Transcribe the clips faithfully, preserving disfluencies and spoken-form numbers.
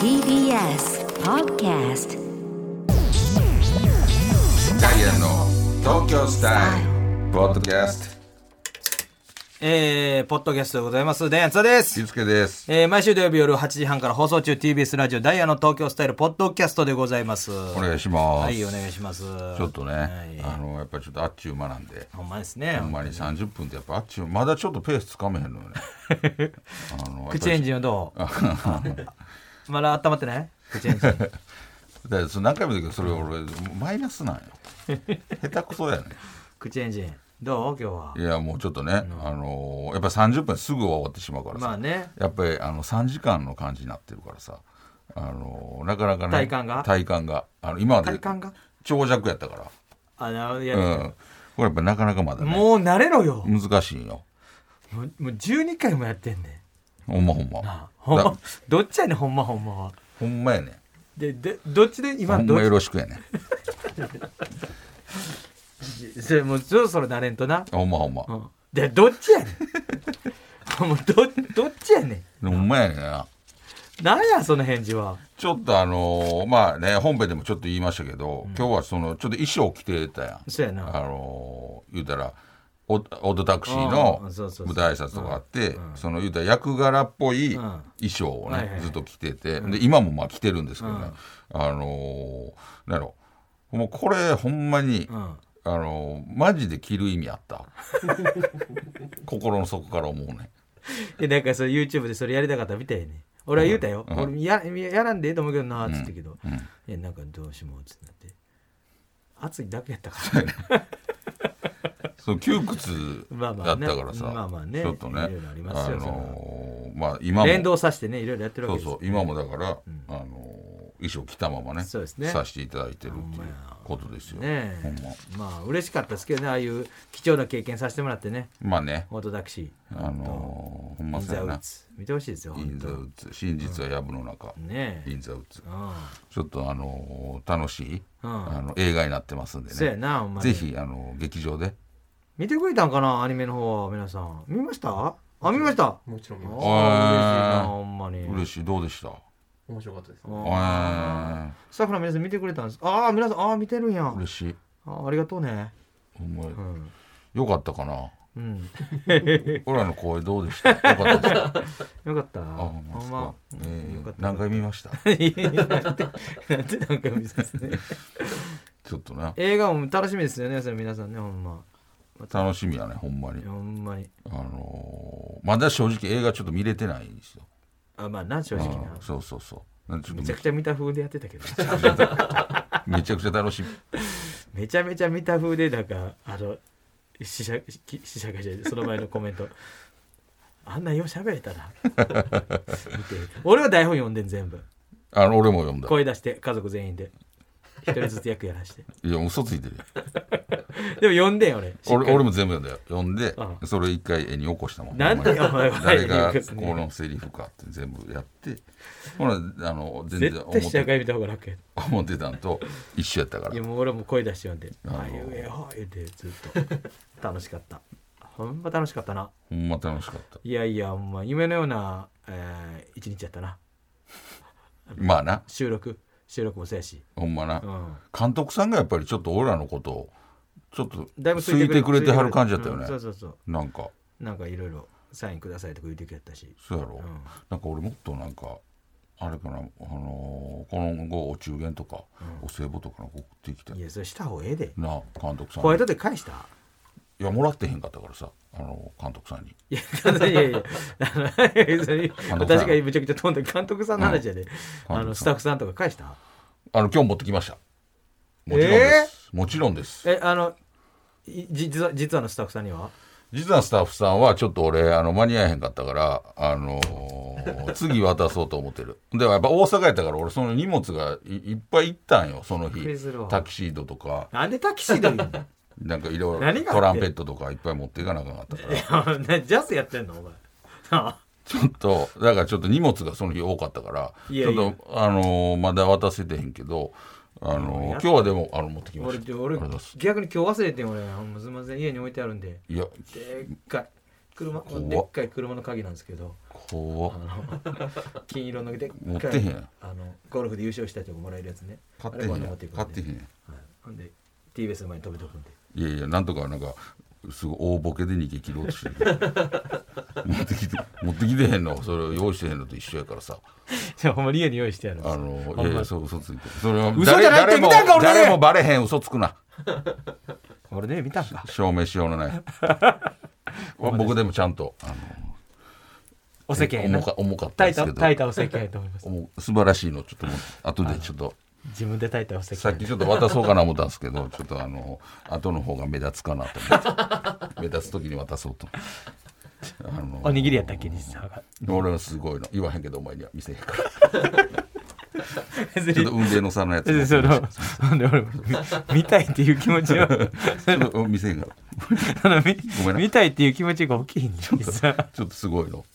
ティービーエス Podcast ダイアンの東京スタイルポッドキャスト。 えー、ポッドキャストでございます。ダイアンツァです。 ゆうすけです。 えー、毎週土曜日夜はちじはんから放送中 ティービーエス ラジオダイアンの東京スタイルポッドキャストでございます。 お願いします。 はい、お願いします。 ちょっとね、 はい、 あのやっぱりちょっとあっちゅう間なんで、 ほんまですね。 ほんまにさんじゅっぷんってやっぱあっちゅうまだちょっとペースつかめへんのよね。 あの口エンジンはどう？まだ温まってない？口エンジン。 だそ何回も言うけどそれ俺マイナスなんよ。下手くそやね。 口エンジンどう今日は？ いやもうちょっとね、うん、あのやっぱりさんじゅっぷんすぐ終わってしまうからさ、 まあね、 やっぱりあのさんじかんの感じになってるからさ、あのなかなかね体感が体感があの今まで長尺やったから、 あなるほどや、 うん、これやっぱなかなかまだねもう慣れろよ、 難しいよ。 もう、もうじゅうにかいもやってんねん。ほんまほんま。 あほんまどっちやねんほんまほんまは。 ほんまやねん。 ででどっちで今ほんまよろしくやねん。 それもうそろそろなれんとな。 ほんまほんま。 うん、でどっちやねん。もうどどっちやねん。 ほんまやねんな。 なんやその返事は。 ちょっとあのー、まあね本編でもちょっと言いましたけど、うん、今日はそのちょっと衣装着てたやん。 そうやな。 あのー、言うたらオートタクシーの舞台挨拶とかあって、その言うたら役柄っぽい衣装をね、うんはいはい、ずっと着てて、うん、で今もまあ着てるんですけどね、うん、あのー、なんやろもうこれほんまに、うん、あのー、マジで着る意味あった心の底から思うね。 でなんかそれ YouTube でそれやりたかったみたいね。俺は言うたよ、うん、俺 や, やらんでええと思うけどなっつったけど、うんうん、いやなんかどうしもっつってなって暑いだけやったからそう窮屈だったからさ、 まあまあね、 ちょっとね、 いろいろありますよ、 あのー、まあ今も連動させてねいろいろやってるわけです。 そうそう今もだから、うん、あのー、衣装着たままね、 そうですね、 させていただいてるっていうことですよ。 ねほんままあ嬉しかったですけどね、ああいう貴重な経験させてもらってね。 まあね、 オートタクシー、 あのー、ほんまそうやな。 見てほしいですよ。 インザウッズ、真実は藪の中、うん、ね、インザウッズ、うん、ちょっとあのー、楽しい、うん、あの映画になってますんでね。 そうやな、ほんまにぜひあの劇場で見てくれたんかな、アニメの方は。皆さん見ました？あ、見ました。 もちろん見ました。 あ、嬉しいな、ほんまに嬉しい。どうでした？ 面白かったです、 ね、 スタッフの皆さん見てくれたんです。ああ、皆さん、ああ見てるんや。 嬉しい。 あ、ありがとうね。 ほんま、うん、よかったかな。 うん、 俺らの声どうでした？よかったですか？ よかった。あ、 ほんまですか。えー、よかった。何回見ました？ なんで何回も見させてちょっとな。 映画も楽しみですよね、それ皆さんね、ほんま。 楽しみやね、ほんまに。 ほんまに。 あのー、まだ正直映画ちょっと見れてないんですよ。 あ、まあな、正直な。 そうそうそう。 めちゃくちゃ見た風でやってたけど。 めちゃくちゃ楽しみ。 めちゃめちゃ見た風で、なんか、あの、試写試写会じゃその前のコメント。あんなよう喋れたら。見て俺は台本読んでん全部。 あの俺も読んだ。 声出して家族全員で。一人ずつ役やらして。 いや嘘ついてるでも読んでん俺。 俺俺も全部読んだよ。読んで、ああそれ一回絵に起こしたもん。 なんでお前は誰がこのセリフかって全部やって、ほらあの全然絶対試写会見た方が楽や。 思ってたんと一緒やったから。 いやもう俺も声出して読んで、ああいう絵は言ってずっと楽しかった。ほんま楽しかったな。 ほんま楽しかった。 いやいやほんま夢のような、えー、一日やったな。 まあな。 収録。収録もそうやしほんまな、うん、監督さんがやっぱりちょっと俺らのことをちょっとついてくれてはる感じだったよね、 うん、そうそうそうなんかなんかいろいろサインくださいとか言うてきやったし。 そうやろ、うん、なんか俺もっとなんかあれかな、あのー、この後お中元とか、うん、お歳暮とか送ってきて。 いやそれした方がええでな監督さんホワイトで返した。 いやもらってへんかったからさ、あの監督さんに。 いやいやいや私がめちゃくちゃ飛んで監督さんの話やで、うん、あのスタッフさんとか返した。 あの今日持ってきました。もちろんです、えー、もちろんです。 えあの実は実はのスタッフさんには実はスタッフさんはちょっと俺あの間に合えへんかったからあのー、次渡そうと思ってる。でもやっぱ大阪やったから俺その荷物が い, いっぱい行ったんよその日。タキシードとか。 なんでタキシードいんのなんかいろいろトランペットとかいっぱい持っていかなあかんかったから。 ジャズやってんのお前ちょっとだからちょっと荷物がその日多かったからいやいやちょっとあのー、まだ渡せてへんけど、あのー、今日はでもあの持ってきました。 俺俺逆に今日忘れてん俺すみません家に置いてあるんで。 いやでっかい車でっかい車の鍵なんですけど怖っ金色のでっかい持ってへんあのゴルフで優勝した人がもらえるやつね。 買ってへんやん買ってへんやん、 はい、ほんで ティービーエス の前に飛びとくんで。 いやいやなんとかなんかすごい大ボケで逃げ切ろうとしてる持ってきて持ってきてへんのそれ用意してへんのと一緒やからさじゃあほんまに家に用意してやるあのいやいやそう嘘ついてそれは嘘じゃないって見たんか俺ね誰もバレへん嘘つくな俺ね見たんか証明しようのない僕でもちゃんとあのお世間重か重かったですけど炊いたお世間やと思います素晴らしいのちょっともう後でちょっと自分で炊いたお世間さっきちょっと渡そうかな思ったんですけどちょっとあの後の方が目立つかなと思って目立つ時に渡そうとあのおにぎりやったっけ西さんが俺はすごいの言わへんけどお前には見せへんからちょっと運命の差のやつその俺も見たいっていう気持ちを見せへんから見, ごめん見たいっていう気持ちが大きいんですちょっとすごいの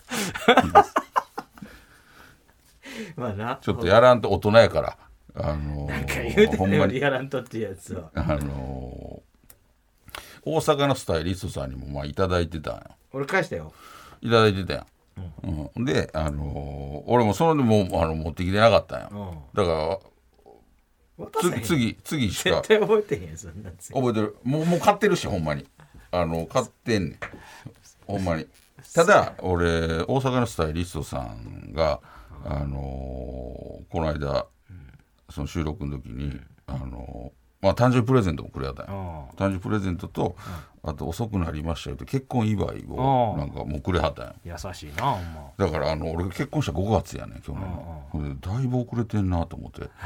まあなちょっとやらんと大人やからあのー、 なんか言うてたよりやらんとっていうやつはあのー、大阪のスタイリストさんにもまあいただいてたんよ俺返したよいただいてたやんうんうん、で、あのー、俺もそれでもあの持ってきてなかったんや、うん、だから次次しか絶対覚えてへんやそんなつ覚えてるもうもう買ってるしほんまにあの買ってんねんほんまにただ俺大阪のスタイリストさんが、あのー、この間、うん、その収録の時に、うん、あのーまあ、誕生日プレゼントもくれたんや誕生日プレゼントと、うん、あと遅くなりましたよって結婚祝いをなんかもうくれはったんや優しいなほんまだからあの俺結婚したごがつやね去年のだいぶ遅れてんなと思って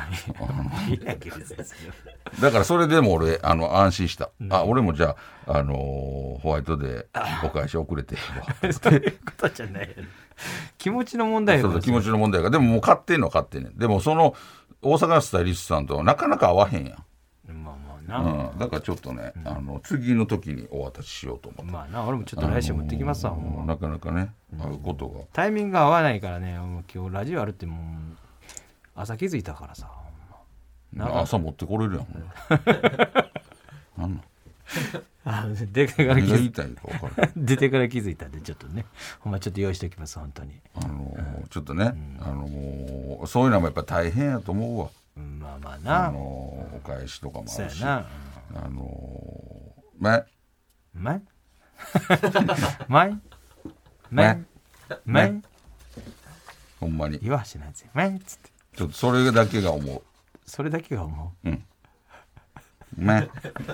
だからそれでも俺あの安心した、うん、あ俺もじゃあ、あのー、ホワイトでお返し遅れてそういうことじゃないよね気持ちの問題やからそうそう気持ちの問題やからでももう買ってんの買ってんねんでもその大阪のスタイリストさんとはなかなか合わへんやんまあまあな、 うん、だからちょっとね、うん、あの次の時にお渡ししようと思ってまあな俺もちょっと来週持ってきますわ、 もうなかなかね、うん、会うことがタイミングが合わないからねもう今日ラジオあるってもう朝気づいたからさ朝持ってこれるやんなんなんあ出てから気づいた出てから気づいたんでちょっとねほんまちょっと用意しておきます本当にあのーうん、ちょっとね、うん、あのもうそういうのもやっぱ大変やと思うわまあまあな、 あのー、お返しとかもあるし、 そうやな、あのー、めめめめめほんまに言わしないやつめっつってちょっとそれだけが思うそれだけが思ううんめ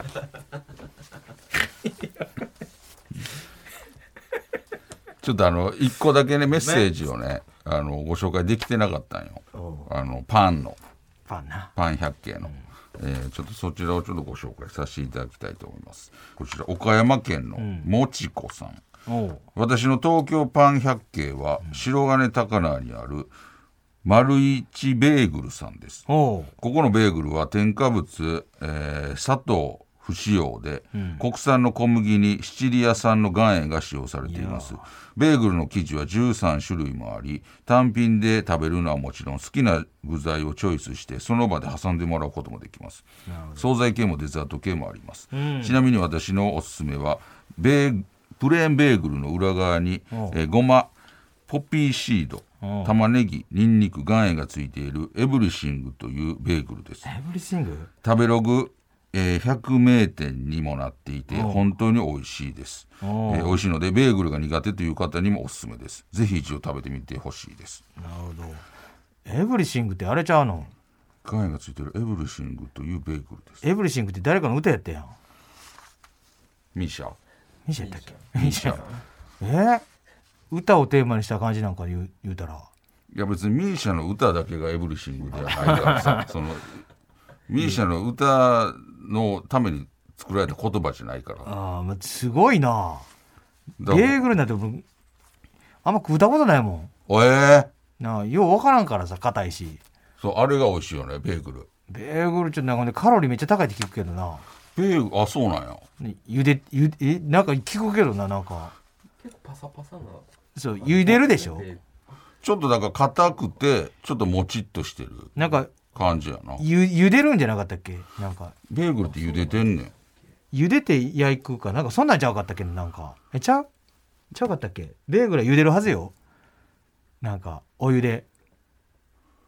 ちょっとあの一個だけねメッセージをねあのご紹介できてなかったんよあのパンのパンなパン百景の、うんえー、ちょっとそちらをちょっとご紹介させていただきたいと思います。こちら岡山県のもちこさん、うん、私の東京パン百景は、うん、白金高輪にある丸一ベーグルさんです。ここのベーグルは添加物、えー、砂糖不使用で、うん、国産の小麦にシチリア産の岩塩が使用されています。ベーグルの生地はじゅうさんしゅるいもあり単品で食べるのはもちろん好きな具材をチョイスしてその場で挟んでもらうこともできます。惣菜系もデザート系もあります、うん、ちなみに私のおすすめはベープレーンベーグルの裏側に、えー、ごまポピーシード玉ねぎニンニク岩塩がついているエブリシングというベーグルです。 エブリシング食べログえー、百名店にもなっていて本当に美味しいです、えー、美味しいのでベーグルが苦手という方にもおすすめです。ぜひ一度食べてみてほしいです。 なるほど。エブリシングってあれちゃうの岩塩がついてるエブリシングというベーグルです。 エブリシングって誰かの歌やったやん。 ミーシャミーシャやったっけミーシャえー、歌をテーマにした感じなんか言 う, 言うたらいや別にミーシャの歌だけがエブリシングではないからさそのミーシャの歌のために作られた言葉じゃないから。 ああすごいな。ベーグルなんてあんま食うたことないもん。 ええー、 なあよう分からんからさ硬いし。 そうあれが美味しいよねベーグル。 ベーグルちょっとなんかねカロリーめっちゃ高いって聞くけどな。 ベーグルあそうなんや。 ゆでゆえなんか聞くけどななんか。 結構パサパサな。 そう茹でるでしょ。 ちょっとなんか硬くてちょっともちっとしてる。 なんか。 感じやな。 ゆ茹でるんじゃなかったっけなんかベーグルって茹でてんねん。 茹でて焼くかなんかそんなんちゃうかったっけなんかえちゃうちゃうかったっけベーグルは茹でるはずよなんかお湯で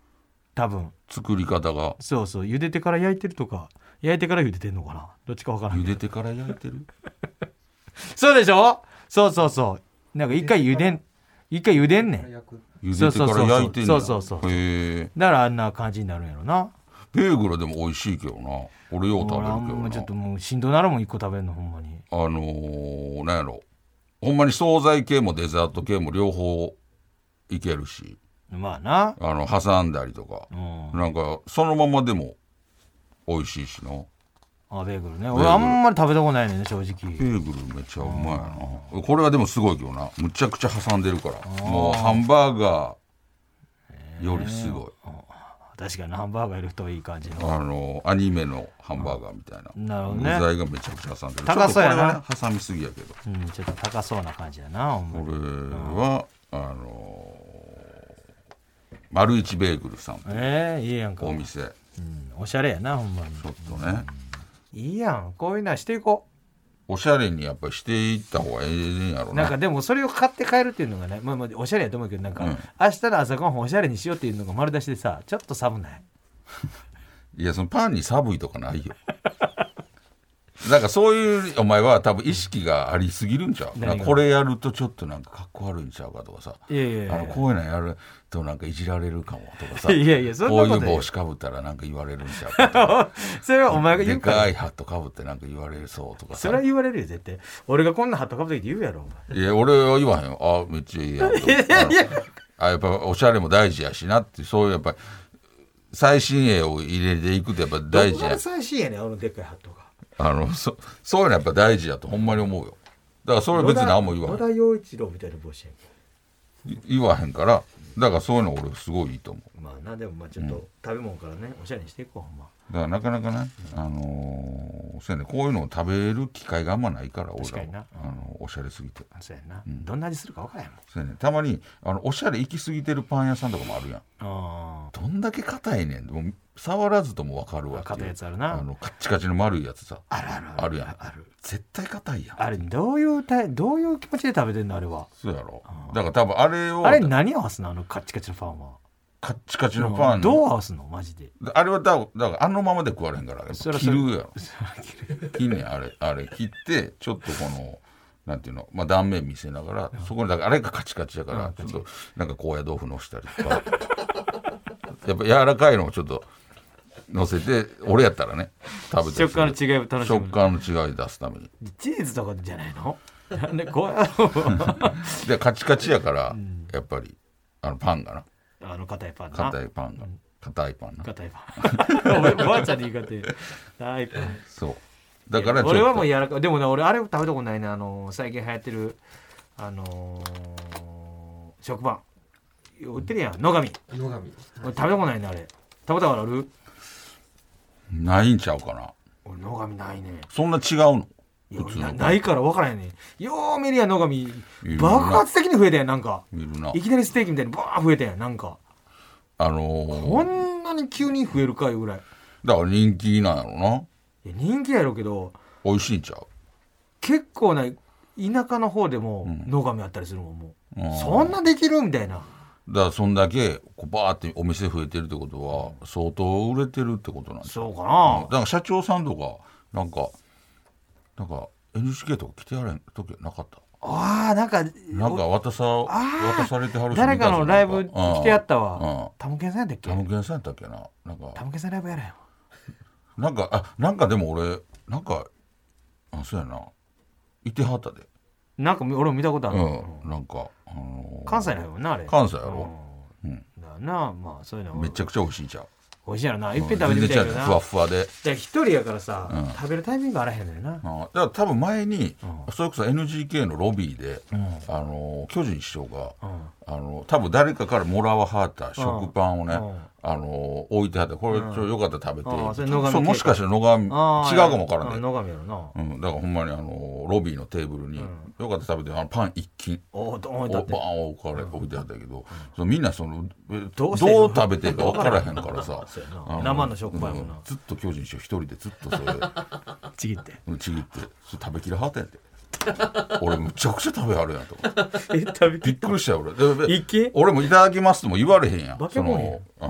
多分作り方がそうそう茹でてから焼いてるとか焼いてから茹でてんのかなどっちか分からん茹でてから焼いてるそうでしょそうそうそうなんか一回茹でん一回茹でんねん茹でてから焼いてんねんそうそうそうそうへえだからあんな感じになるんやろなベーグルでも美味しいけどな俺よう食べるけどなもうちょっともうしんどなるもん一個食べるのほんまにあのー、なんやろほんまに惣菜系もデザート系も両方いけるしまあなあの挟んだりとか、うん、なんかそのままでも美味しいしなあベーグルね俺あんまり食べたことないねんね正直ベーグルめっちゃうまいなこれはでもすごいけどなむちゃくちゃ挟んでるからもうハンバーガーよりすごい確かにハンバーガーより太い感じのあのアニメのハンバーガーみたいな、 なるほどね、 具材がめちゃくちゃ挟んでる高そうやな、 ね、挟みすぎやけど、 うん、ちょっと高そうな感じやなこれはあのー、丸一ベーグルさんとえー、いいやんかお店、 うん、おしゃれやなほんまにちょっとね、 うん、いいやんこういうのはしていこうおしゃれにやっぱりしていった方がええんやろななんかでもそれを買って帰るっていうのがね、まあ、まあおしゃれやと思うけどなんか、うん、明日の朝ごはんおしゃれにしようっていうのが丸出しでさちょっと寒ないいやそのパンに寒いとかないよなんかそういうお前は多分意識がありすぎるんちゃうなんかこれやるとちょっとなんかかっこ悪いんちゃうかとかさいやいやいやあのこういうのやるとなんかいじられるかもとかさいやいやそんなことこういう帽子かぶったらなんか言われるんちゃうかとかそれはお前が言うからでかいハットかぶってなんか言われるそうとかさそれは言われるよ絶対俺がこんなハットかぶって言うやろいや俺は言わへんよあめっちゃいいやんとかいやいやあやっぱおしゃれも大事やしなってそういうやっぱり最新鋭を入れていくとやっぱ大事や。 どこが最新やねんあのでっかいハットが。 あの そ, そういうのやっぱ大事やとほんまに思うよ。だからそれは別に何も言わへん。 野田洋一郎みたいな帽子やんか。言わへんからだからそういうの俺すごいいいと思う。 まあなでもまあちょっと食べ物からね、うん、おしゃれにしていこうほんま。 だからなかなかね、あのー、そうやねこういうのを食べる機会があんまないから俺らはあのおしゃれすぎて。 そうやな、うん、どんな味するか分からへんもん。 そうやねたまにあのおしゃれ行き過ぎてるパン屋さんとかもあるやん。 あどんだけ硬いねんもう触らずとも分かるわっていう硬いやつあるな。 あのカッチカチの丸いやつさあるあるあるやんある絶対硬いやん。 あれどういうたどういう気持ちで食べてんのあれは。 そうやろだから多分あれをあれ何合わすのあのカッチカチのパンは。 カッチカチのパンどう合わすのマジで。 あれはだだからあのままで食われへんから切るやろ切んねんあれあれ切ってちょっとこのなんていうの、まあ、断面見せながらそこにだからあれがカチカチだからちょっとなんか高野豆腐のしたりとかやっぱ柔らかいのをちょっと乗せて俺やったらね食べて食感の違いを楽しむ。 食感の違い出すためにチーズとかじゃないのなんで高野豆腐でカチカチやから、うん、やっぱりあのパンがなあの硬いパンな硬いパンが硬いパンな硬いパンおばあちゃんに言い方で硬いパンそうだから俺はもう柔らかいでもね俺あれ食べたことないねあの最近流行ってるあのー、食パン売ってるやん野上野上俺食べたことないねあれ食べたことあるないんちゃうかな。 俺野上ないね。 そんな違うの普通の な, ないから分からへんねん。よう見るやん野上爆発的に増えたやんなんか見るないきなりステーキみたいにバー増えたやんなんかあのー、 こんなに急に増えるかいうぐらいだから人気なんやろな。いや人気やろうけど美味しいんちゃう結構な田舎の方でも野上あったりするもん、もう、うん、そんなできるみたいな。 だからそんだけこうバーってお店増えてるってことは相当売れてるってことなんですよ。そうかな、 うん、だから社長さんとかなんかなんか エヌエイチケー とか来てやれん時なかった。 ああなんかなんか渡さ渡されてはる人誰かのライブ来てやったわ。タムケンさんやったっけ。 タムケンさんやったっけな。なんかタムケンさんライブやれよ。 なんかあなんかでも俺なんかあそうやないてはったで。 なんか俺も見たことある。 うん、なんか、あのー、 関西のよなあれ。 関西やろ。うん。 だなまあそういうのめちゃくちゃ美味しいじゃん。 美味しいやろな。一遍食べてみたいけどな。 ふわふわで。 じゃあ一人やからさ、うん、食べるタイミングあらへんのよな。 あだから多分前に、うん、それこそ エヌジーケー のロビーで、うん、あの巨人師匠が、うん、あの多分誰かからもらわはった食パンをね、うんあの置いてあってこれちょっとよかったら食べて、うん、そそもしかしたら野上違うかもわからんね。 野上やろな、 うん、だからほんまにあのロビーのテーブルに、うん、よかったら食べてあのパン一斤おドーンバーン置かれ置いてあったけど、うん、そのみんなそのどう食べていいか分からへんからさ生の食パンやもんな、 うん、ずっと巨人師匠一人でずっとそれちぎってちぎって食べきれはったんやて俺むちゃくちゃ食べはるやんとかえ食べびっくりしたよ俺一斤俺もいただきますとも言われへんやん。そのあの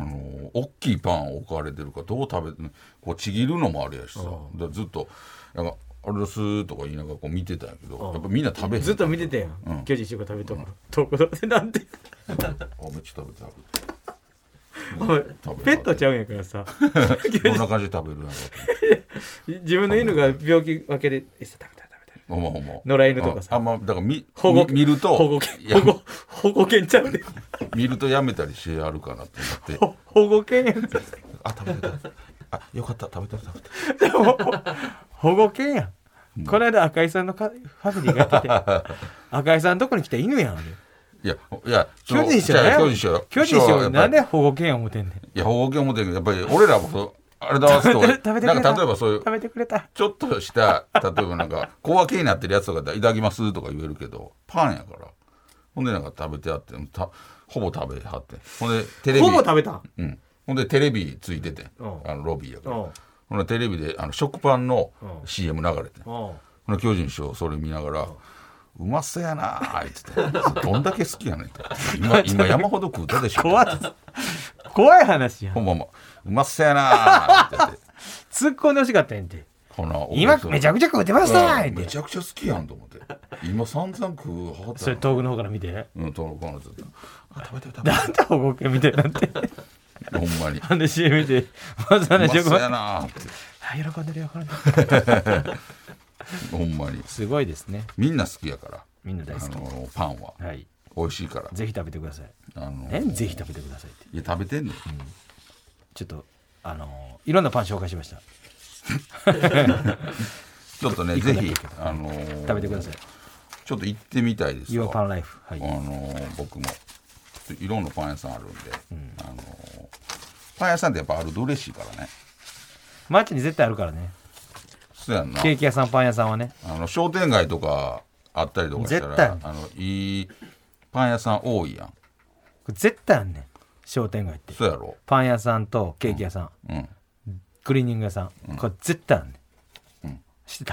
大きいパン置かれてるからどう食べてこうちぎるのもあれやしさ、だからずっとなんかあれですとか言いながらこう見てたんやけど、やっぱみんな食べへんずっと見てたやん、 うん、 巨人師匠が食べとるところでなんてあめっちゃ食べて食べてお前ペットちゃうんやからさどんな感じで食べるんやろ自分の犬が病気分けで餌食べたほんまほんま野良犬とかさあんまだから見保護見ると保護犬保護保護犬ちゃうで見るとやめたりしあるかなと思って保護犬やんあ食べてたあよかった食べてる食べてるでも保護犬やん、うん、この間赤井さんのかファミリーが来て赤井さんのとこに来た犬やんあれいやいや巨人師匠巨人師匠巨人師匠なんで保護犬や思てんねん。 いや保護犬思てんけどやっぱり俺らもあれだわすとなんか例えばそういう食べてくれたちょっとした例えばなんか小分けになってるやつとかでいただきますとか言えるけどパンやからほんでなんか食べてあってたほぼ食べはってほんでテレビほぼ食べたうんほんでテレビついててあのロビーやからほんでテレビであの食パンの シーエム 流れてほんで巨人師匠それ見ながらうまそうやなーってどんだけ好きやねんと今, 今山ほど食うたでしょ怖い怖い話やんほんままうまそうやなーって言って突っ込んでほしかったんやんてほな今めちゃくちゃ食うてましたーめちゃくちゃ好きやんと思って今散々食うはったそれ遠くの方から見てうん遠くの方からずっとあ食べてる食べてるなんで保護犬みたいになってほんまになんで シーエム 見てまずはねうまそうやなーってあ喜んでるよこれほんまにすごいですねみんな好きやからみんな大好き、 あのパンは、はい、美味しいからぜひ食べてください、 あのー、 えぜひ食べてくださいっていや食べてんねん、うん、 ちょっとあのー、いろんなパン紹介しましたちょっとねぜひ、あのー、食べてくださいちょっと行ってみたいですよ Your Pan Life、はい、 あのー、僕もいろんなパン屋さんあるんで、うん、あのー、パン屋さんってやっぱあると嬉しいからね街に絶対あるからねそうやんなケーキ屋さんパン屋さんはねあの商店街とかあったりとかしたらあのいいパン屋さん多いやんこれ絶対あんねん商店街ってそうやろパン屋さんとケーキ屋さん、うんうん、クリーニング屋さん、うん、これ絶対あんねん、うん、知ってた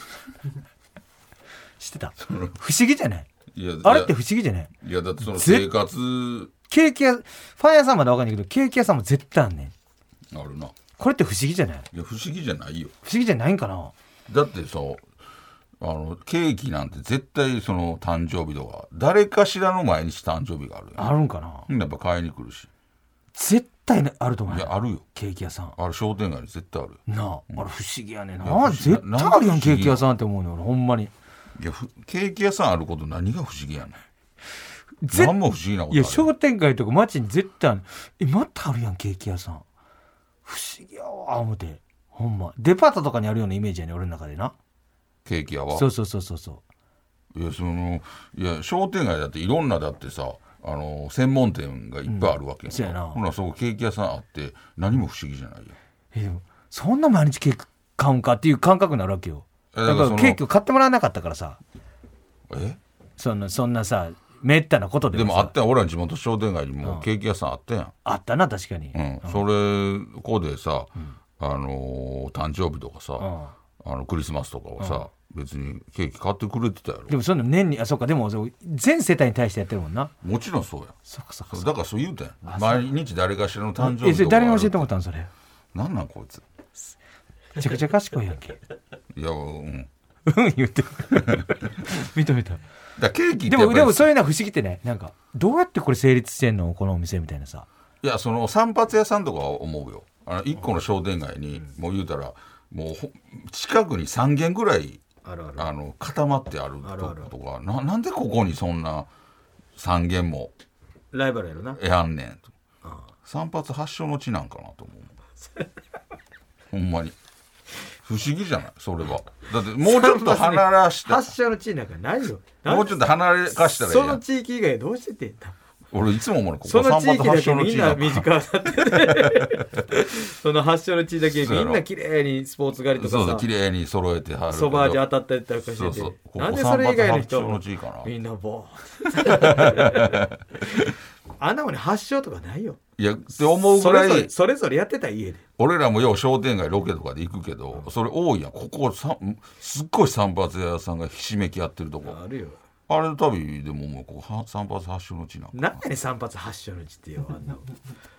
知ってた不思議じゃない？いやあれって不思議じゃない？ いやだってその生活ケーキ屋パン屋さんまで分かんないけどケーキ屋さんも絶対あんねんあるなこれって不思議じゃない？ いや不思議じゃないよ不思議じゃないんかなだってさあのケーキなんて絶対その誕生日とか誰かしらの毎日誕生日があるよ、ね、 あるんかなやっぱ買いに来るし絶対あると思ういやあるよケーキ屋さんあれ商店街に絶対あるなあ、うん、あれ不思議やねんな絶対あるやんケーキ屋さんって思うね俺ほんまにいやケーキ屋さんあること何が不思議やねん何も不思議なことあるいや商店街とか街に絶対あるえまたあるやんケーキ屋さん不思議やわ思ってほんまデパートとかにあるようなイメージやね俺の中でなケーキ屋はそうそうそうそうそういやそのいや商店街だっていろんなだってさあの専門店がいっぱいあるわけやんか、うん、 そうやなほなそこケーキ屋さんあって何も不思議じゃないよえでもそんな毎日ケーキ買うんかっていう感覚になるわけよだからケーキを買ってもらわなかったからさえそんなそんなさめったなことでもでもあったやん俺らの地元商店街にもケーキ屋さんあったやん、うん、 あったな確かに、 うんうん、それここでさ、うん、あのー、誕生日とかさ、うん、あのクリスマスとかはさ、うん、別にケーキ買ってくれてたやろでもそんな年にあそっかでも全世帯に対してやってるもんなもちろんそうやそっかそっかだからそう言うたやん毎日誰かしらの誕生日とかえそれ誰に教えてもらったんそれなんなんこいつめちゃくちゃ賢いやんけいやうんうん言って認めただケーキってでもでもそういうのは不思議ってねなんかどうやってこれ成立してんのこのお店みたいなさいやその散髪屋さんとかは思うよあのいっこの商店街に、うん、もう言うたらもう近くにさん軒ぐらいあるあるあの固まってあるとことか な, なんでここにそんなさん軒もライバルやろなやんねんと散髪発祥の地なんかなと思うほんまに不思議じゃないそれはだってもうちょっと離らした発祥の地なんかないよもうちょっと離れかしたらいいやんその地域以外どうしててんだ俺いつも思うのここその地域だけみんな短かったってその発祥の地だけみんな綺麗にスポーツ狩りとかさそうそう綺麗に揃えてはるソバージュ当たったりとかしててそうそうここなんでそれ以外の人みんなボーあんなもんね発祥とかないよいやって思うぐらいそれぞれ、それぞれやってた家で俺らもよう商店街ロケとかで行くけど、うん、それ多いやんここさすっごい散髪屋さんがひしめきやってるとこあるよあれの旅でももうここ散髪発祥の地なんか何やねん散髪発祥の地ってよあんな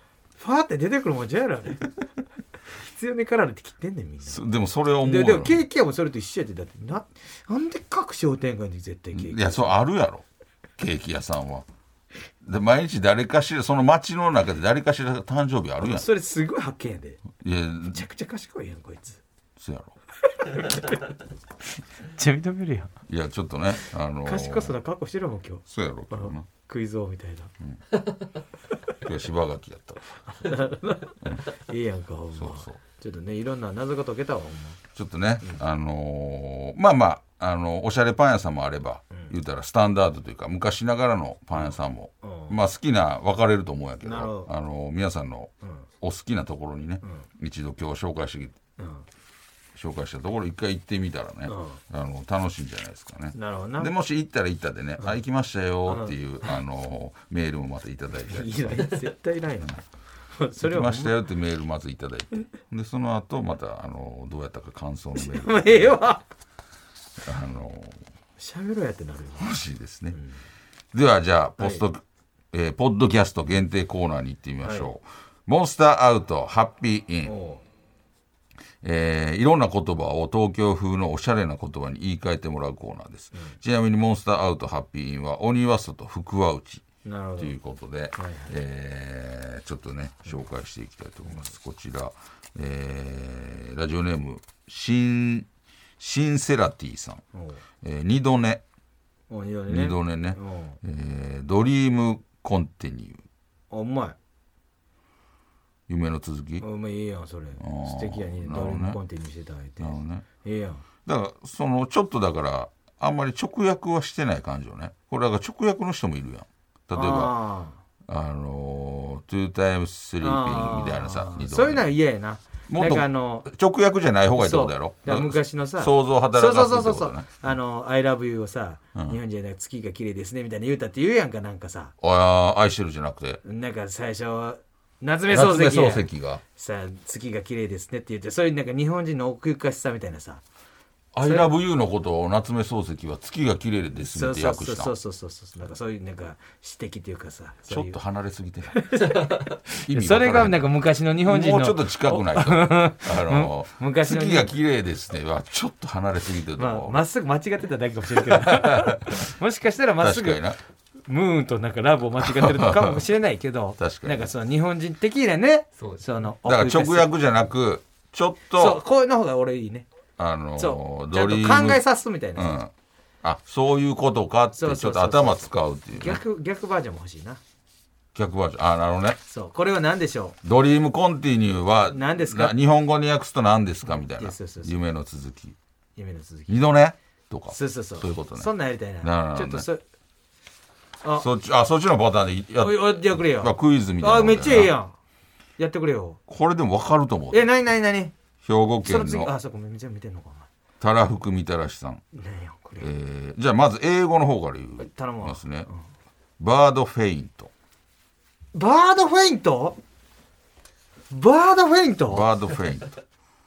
ファーって出てくるもんじゃやろあれ必要にかられて切ってんねんみんな。 でもそれは思うででもケーキ屋もそれと一緒やってだってななんで各商店街に絶対ケーキいやそうあるやろケーキ屋さんはで毎日誰かしらその街の中で誰かしら誕生日あるやん。 それすごい発見やで。 いやめちゃくちゃ賢いやんこいつ。 そうやろめっちゃ認めるやん。 いやちょっとねあのー、 賢そうな格好してるもん今日。 そうやろうなクイズ王みたいな、 うん、今日柴垣やったわいいやんかほんま。そうそうちょっとねいろんな謎が解けたわほんま。 ちょっとね、うん、あのー、まあまああのおしゃれパン屋さんもあれば、うん、言うたらスタンダードというか昔ながらのパン屋さんも、うん、まあ好きな分かれると思うんやけど、あのー、皆さんのお好きなところにね、うん、一度今日紹介してきて、うん紹介したところ一回行ってみたらね、うん、あの楽しいんじゃないですかね。 なるほどな。 でもし行ったら行ったでね、うん、あ行きましたよっていう、うん、あのメールもまたいただいていや絶対ないなそれは行きましたよってメールまずいただいてでその後またあのどうやったか感想のメールええわあの喋ろやってなるよ欲しいですね、うん、ではじゃあポスト、はいえー、ポッドキャスト限定コーナーに行ってみましょう、はい、モンスターアウトハッピーインえー、いろんな言葉を東京風のおしゃれな言葉に言い換えてもらうコーナーです、うん、ちなみにモンスターアウトハッピーインは鬼は外福は内ということで、はいはいえー、ちょっとね紹介していきたいと思います、うん、こちら、えー、ラジオネームシンシンセラティさん、えー、二度寝二度寝ね、えー、ドリームコンティニューあうまい夢の続きまあいいやんそれ素敵やにドリームコンティニューしていただいてなるほどねいいやんだからそのちょっとだからあんまり直訳はしてない感じよねこれだから直訳の人もいるやん例えばあの「two times sleeping」みたいなさそういうのは嫌やなもっと直訳じゃない方がいいってことやろだ昔のさ想像を働かすってことねそうそうそうそうあの「I love you」をさ、うん、日本人は月が綺麗ですねみたいな言うたって言うやんかなんかさあ愛してるじゃなくてなんか最初夏目漱石夏目漱石がさ月が綺麗ですねって言ってそういうなんか日本人の奥ゆかしさみたいなさ I love you のことを夏目漱石は月が綺麗ですねって訳したそうそうそうそうそうなんかそういうなんか指摘というかさちょっと離れすぎて意味それがなんか昔の日本人のもうちょっと近くないとあの昔の月が綺麗ですねはちょっと離れすぎてると思う、 まあ、まっすぐ間違ってただけかもしれないけどもしかしたらまっすぐ確かになムーンとなんかラブを間違ってるかもしれないけど確かになんかその日本人的なねそうそのだから直訳じゃなくちょっとそうこういうの方が俺いいねあのそうドリームちゃんと考えさすみたいな、 うん、あそういうことかってちょっと頭使うっていう、ね、 逆逆バージョンも欲しいな逆バージョンあなるほどねそうこれは何でしょうドリームコンティニューは何ですか日本語に訳すと何ですかみたいなそうそうそう夢の続き夢の続き二度ねとかそうそうそうそういうことねそんなんやりたいななるほど、ね、 ちょっとそあそっちあそっちのパターンでややってくれよ、 まあ、クイズみたいなあめっちゃいいやんやってくれよこれでも分かると思うえなになになに兵庫県のそのあそこめっちゃ見てんのかたらふくみたらしさん、 ねやこれえー、じゃあまず英語の方から言う頼むますね、うん、バードフェイントバードフェイントバードフェイントバードフェイント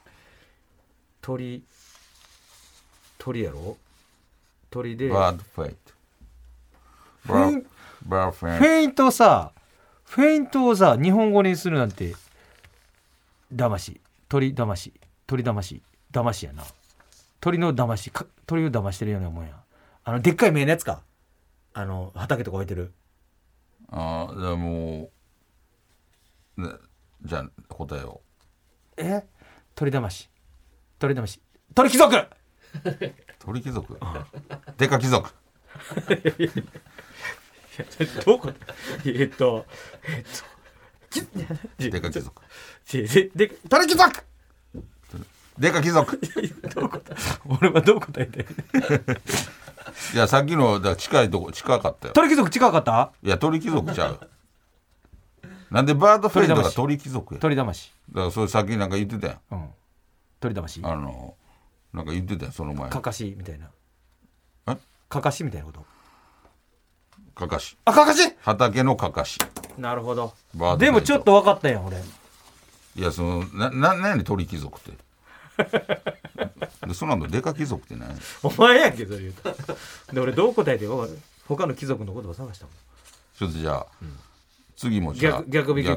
鳥鳥やろ鳥でバードフェイントフェインバーフェイントフェイントさフェイントをさ日本語にするなんて騙し鳥騙し鳥騙し騙しやな鳥の騙し鳥を騙してるようなもんやあのでっかい目のやつかあの畑とか置いてるああじゃあもう、ね、じゃあ答えをえ鳥騙し鳥騙し鳥貴族鳥貴族でか貴族いやどうこえっとえっとでか貴族でで鳥貴族でか貴族どう答え俺はどう答えていやさっきのだ近いとこ近かったよ鳥貴族近かったいや鳥貴族ちゃうなんでバードフェイントが鳥貴族や鳥騙しだからそれさっきなんか言ってたやん、 うん、鳥騙しあのなんか言ってたやんその前かかしみたいなえかかしみたいなことかかしあかかし畑のかかしなるほどでもちょっと分かったやん俺いやそのなな何鳥貴族ってでその後デカ貴族って何お前やんけそれ言うたで俺どう答えて他の貴族のことを探したもんちょっとじゃあ、うん、次もじゃあ逆逆美曲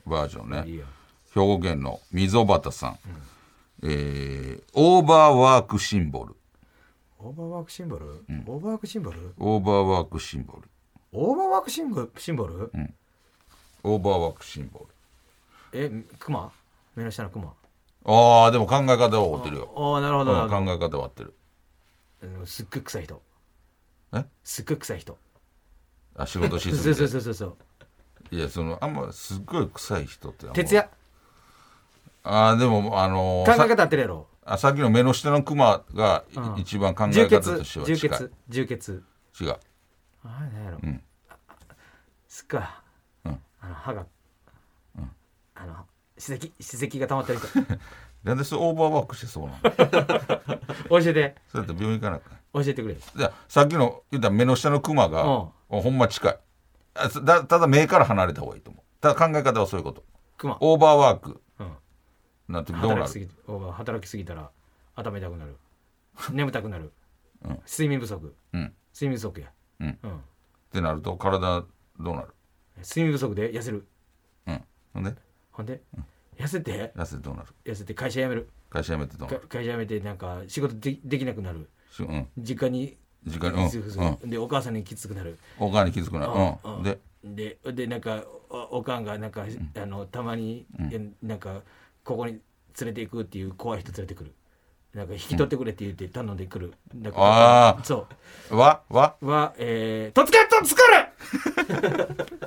バージョンね。 いいよ。 兵庫県の溝端さん、うん、えー、オーバーワークシンボル。 オーバーワークシンボル、うん、オーバーワークシンボルオーバーワークシンボルオーバーワークシンボルシンボル、 うん、オーバーワークシンボル。 え、クマ、目の下のクマ。 ああ、でも考え方は合ってるよ。 ああ、なるほど、うん、 考え方は合ってる。 すっごい臭い人。 え、 すっごい臭い人。 あ、仕事しすぎてそうそうそうそう。 いや、そのあんますっごい臭い人って徹夜。 ああ、でもあのー、考え方合ってるやろ。 あ、さっきの目の下のクマが一番考え方としては近い。 充血充血違う。 ああ、なんやろ、うん、すっごい、うん、あの歯が、うん、あの歯石歯石が溜まってる人なんでそうオーバーワークしてそうなの教えて。 そうやって病院行かなくて教えてくれ。 じゃあさっきの言った目の下のクマが、うん、ほんま近い。あだただ目から離れた方がいいと思う。ただ考え方はそういうこと。 クマオーバーワーク、うん、なんてどうなる。 働きすぎオーバー働きすぎたら頭痛くなる眠たくなる、うん、睡眠不足、うん、睡眠不足や、 うんうん、ってなると体どうなる。 睡眠不足で痩せる、 うん、ほんでほんで、うん、痩せて痩せてどうなる。 痩せて会社辞める。 会社辞めてどうなる。 会社辞めてなんか仕事 で, できなくなる、うん、実家に実家に、うんうん、でお母さんにきつくなる。 お母にきつくなる、うんうん、でででなんか お, おかんがなんか、うん、あのたまに、うん、なんかここに連れていくっていう怖い人連れてくる。なんか引き取ってくれって言って頼んでくる。 うん、ああ、 そうわわわえー、とつけと作る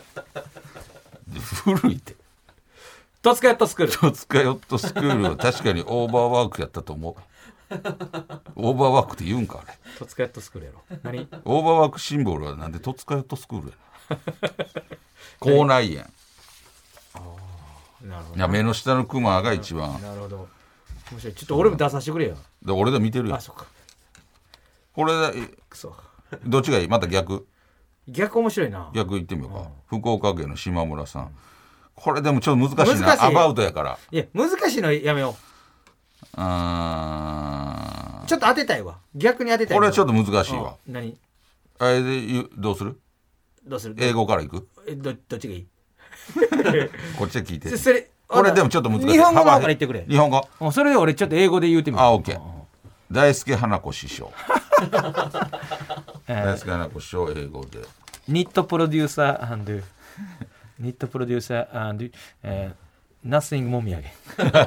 古いってとつかよっとスクールとつかよっとスクールは確かにオーバーワークやったと思う。オーバーワークって言うんかあれ。 とつかよっとスクールやろ。何オーバーワークシンボルはなんでとつかよっとスクールやな口内炎。 ああ、なるほど。 いや目の下のクマが一番。 なるほど。面白い。ちょっと俺も出させてくれよ。 で俺で見てるよ。 あ、そっか。 これくそ。 どっちがいい。また逆。 逆面白いな。 逆いってみようか。うん、福岡県の島村さん。うん、これでもちょっと難しいな。難しいアバウトやから。 いや難しいのやめよう。 あちょっと当てたいわ。逆に当てたい。 これはちょっと難しいわ。 何あれでどうする。 どうする。 英語からいく。 え ど, どっちがいいこっちで聞いて。 それこれでもちょっと難しい。 日本語の方から言ってくれ。 日本語。 それで俺ちょっと英語で言うてみる。 あ、オッケー。大輔花子師匠。大輔花子師匠英語で。 ニットプロデューサーアンドニットプロデューサーアンドナッシングもみあげ。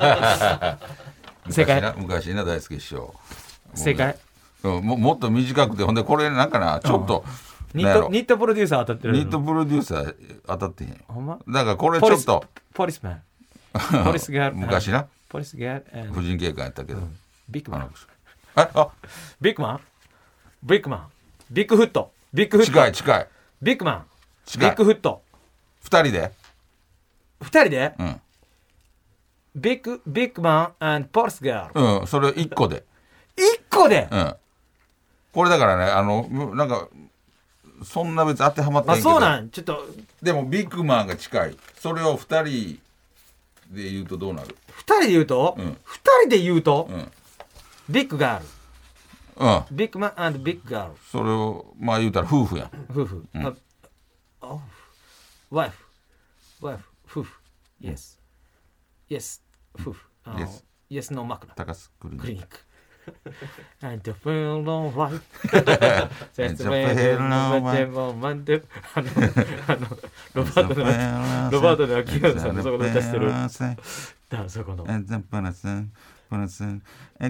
正解。 昔な大輔師匠。 正解。 うん、も, もっと短くてほんでこれなんかなちょっと。 ニットニットプロデューサー当たってる。 ニットプロデューサー当たってへんよ。 ほんま。 だからこれちょっと。 ポリスマン。ポリスガール。 昔な。 ポリスガール。 婦人警官やったけど。うん、 ビッグマン。 ああビッグマンビッグマンビッグフットビッグフット近い近いビッグマンビッグフット二人で二人で、 うん、 ビッグビッグマン and ポリスガール。うん、それ一個で一個で、 うん、これだからねあのなんかそんな別当てはまってないけど、 あ、そうなんちょっとでもビッグマンが近い。それを二人で言うとどうなる。 二人で言うと、 うん、 二人で言うと、うんビッグガール、 うん、 ビッグマン and ビッグガール。 それをまあ言うたら夫婦やん。 夫婦、うん、ああワイフワイフ夫婦 yes yes 夫婦 yes yes no 枕高須クリニック and the feel no right 説明でのでもまんであのあのロバートのロバートの秋山さんのそこで出してるだそこのロバー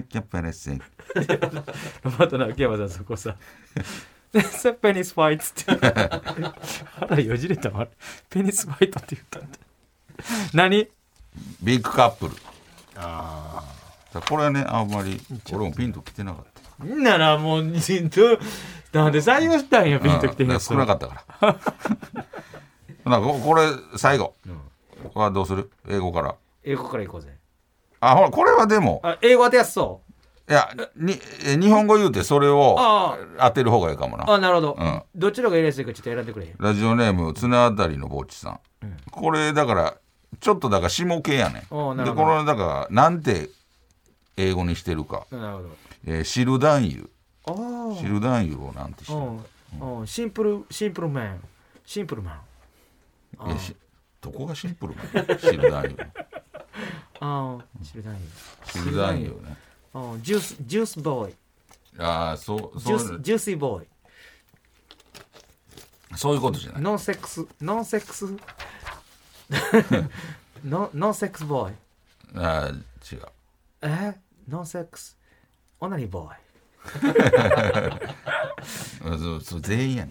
トの秋山さんそこさペニスファイトって腹よじれたわ。ペニスファイトって言ったんだ。何ビッグカップル。 ああこれはねあんまり俺もピンときてなかった。 ならもうなんで採用したんやピンときてんや少なかったからこれ最後、うん、ここはどうする。英語から英語からいこうぜ。 あほらこれはでもあ英語当てやすそう。 いやに日本語言うてそれを当てる方がいいかもな。 あなるほど、うん、どっちの方がやりやすいかちょっと選んでくれ。 ラジオネーム綱あたりのぼっちさん、うん、これだからちょっとだから下系やねん。でこのだからなんて英語にしてるか。 なるほど、 えー、シル男優。シル男優をなんてしてる、 うんうん、シンプルシンプルマンシンプルマン。 いやしどこがシンプルなの汁男優ああ汁男優汁男優ねあジュースジュースボーイああそうジュースジューシーボーイそういうことじゃないノンセックスノンセックスノノンセックスボーイああ違うえノンセックスオナニーボーイそうそう全員やね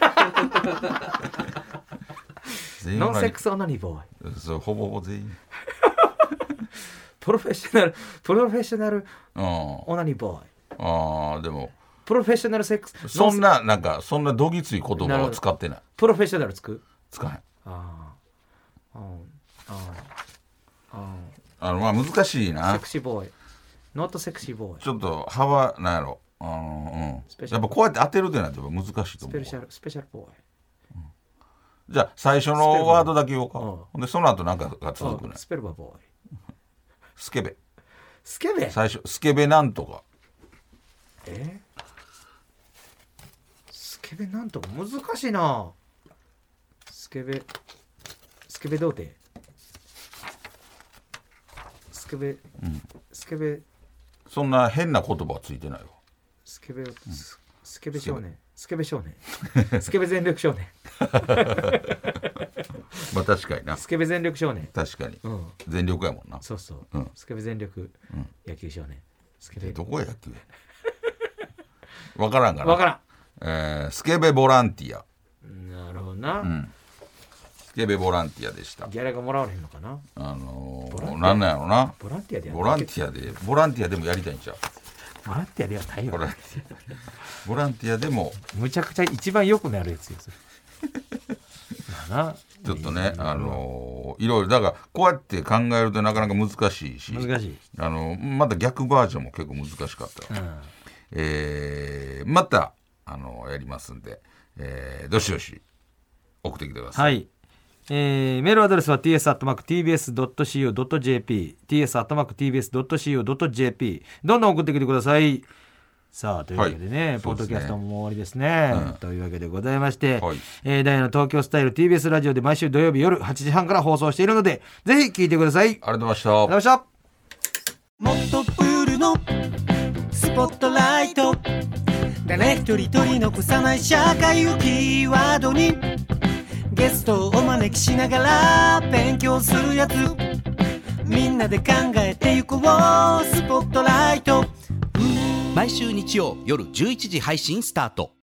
全員ノンセックスオナニーボーイそうほぼほぼ全員プロフェッショナルプロフェッショナルうんオナニーボーイああでもプロフェッショナルセックスそんななんかそんなどぎつい言葉を使ってないプロフェッショナルつく使えんああああああのまあ難しいセなクシーボーイノットセクシーボーイちょっと幅なんやろあの、うん、 スペシャルやっぱこうやって当てるってなって難しいとス思うペシャルスペシャルボーイじゃあ最初のワードだけ言おうかうんほんでその後なんかが続くねスペルバーボーイスケベスケベ最初スケベなんとかえスケベなんとか難しいなスケベスケベ童貞スケベ、うん、スケベそんな変な言葉はついてないわスケベ、うん、ス, スケベ少年スケベ少年スケベ全力少年まあ確かになスケベ全力少年確かに、 うん、 全力やもんなそうそう、 うん、 スケベ全力、うん、野球少年スケベどこや野球や分からんから分からん、 えー、スケベボランティアなるほどな、うん、 スケベボランティアでしたギャラがもらわれへんのかなあのー、なんなんやろなボランティアでやボランティアでボランティアでもやりたいんちゃうボランティアではないよボランティアボランティアでもむちゃくちゃ一番良くなるやつよなちょっとねあのー、いろいろだからこうやって考えるとなかなか難しいし難しいあのまた逆バージョンも結構難しかった、うんえー、またあのやりますんで、えー、どしどし送ってきてください、 はいえー、メールアドレスは ティーエス アットマーク ティービーエス ドット シーオー ドット ジェーピー ティーエス アットマーク ティービーエス ドット シーオー ドット ジェーピー どんどん送ってきてください。さあというわけでね、はい、ポッドキャストも終わりですね、うん、というわけでございまして、はいえー、ダイヤの東京スタイル ティービーエス ラジオで毎週土曜日夜はちじはんから放送しているのでぜひ聞いてください。ありがとうございました。ありがとうございました。もっとプールのスポットライト誰一人取り残さない社会をキーワードにゲストをお招きしながら勉強するやつみんなで考えてゆこうスポットライト毎週日曜夜じゅういちじ配信スタート。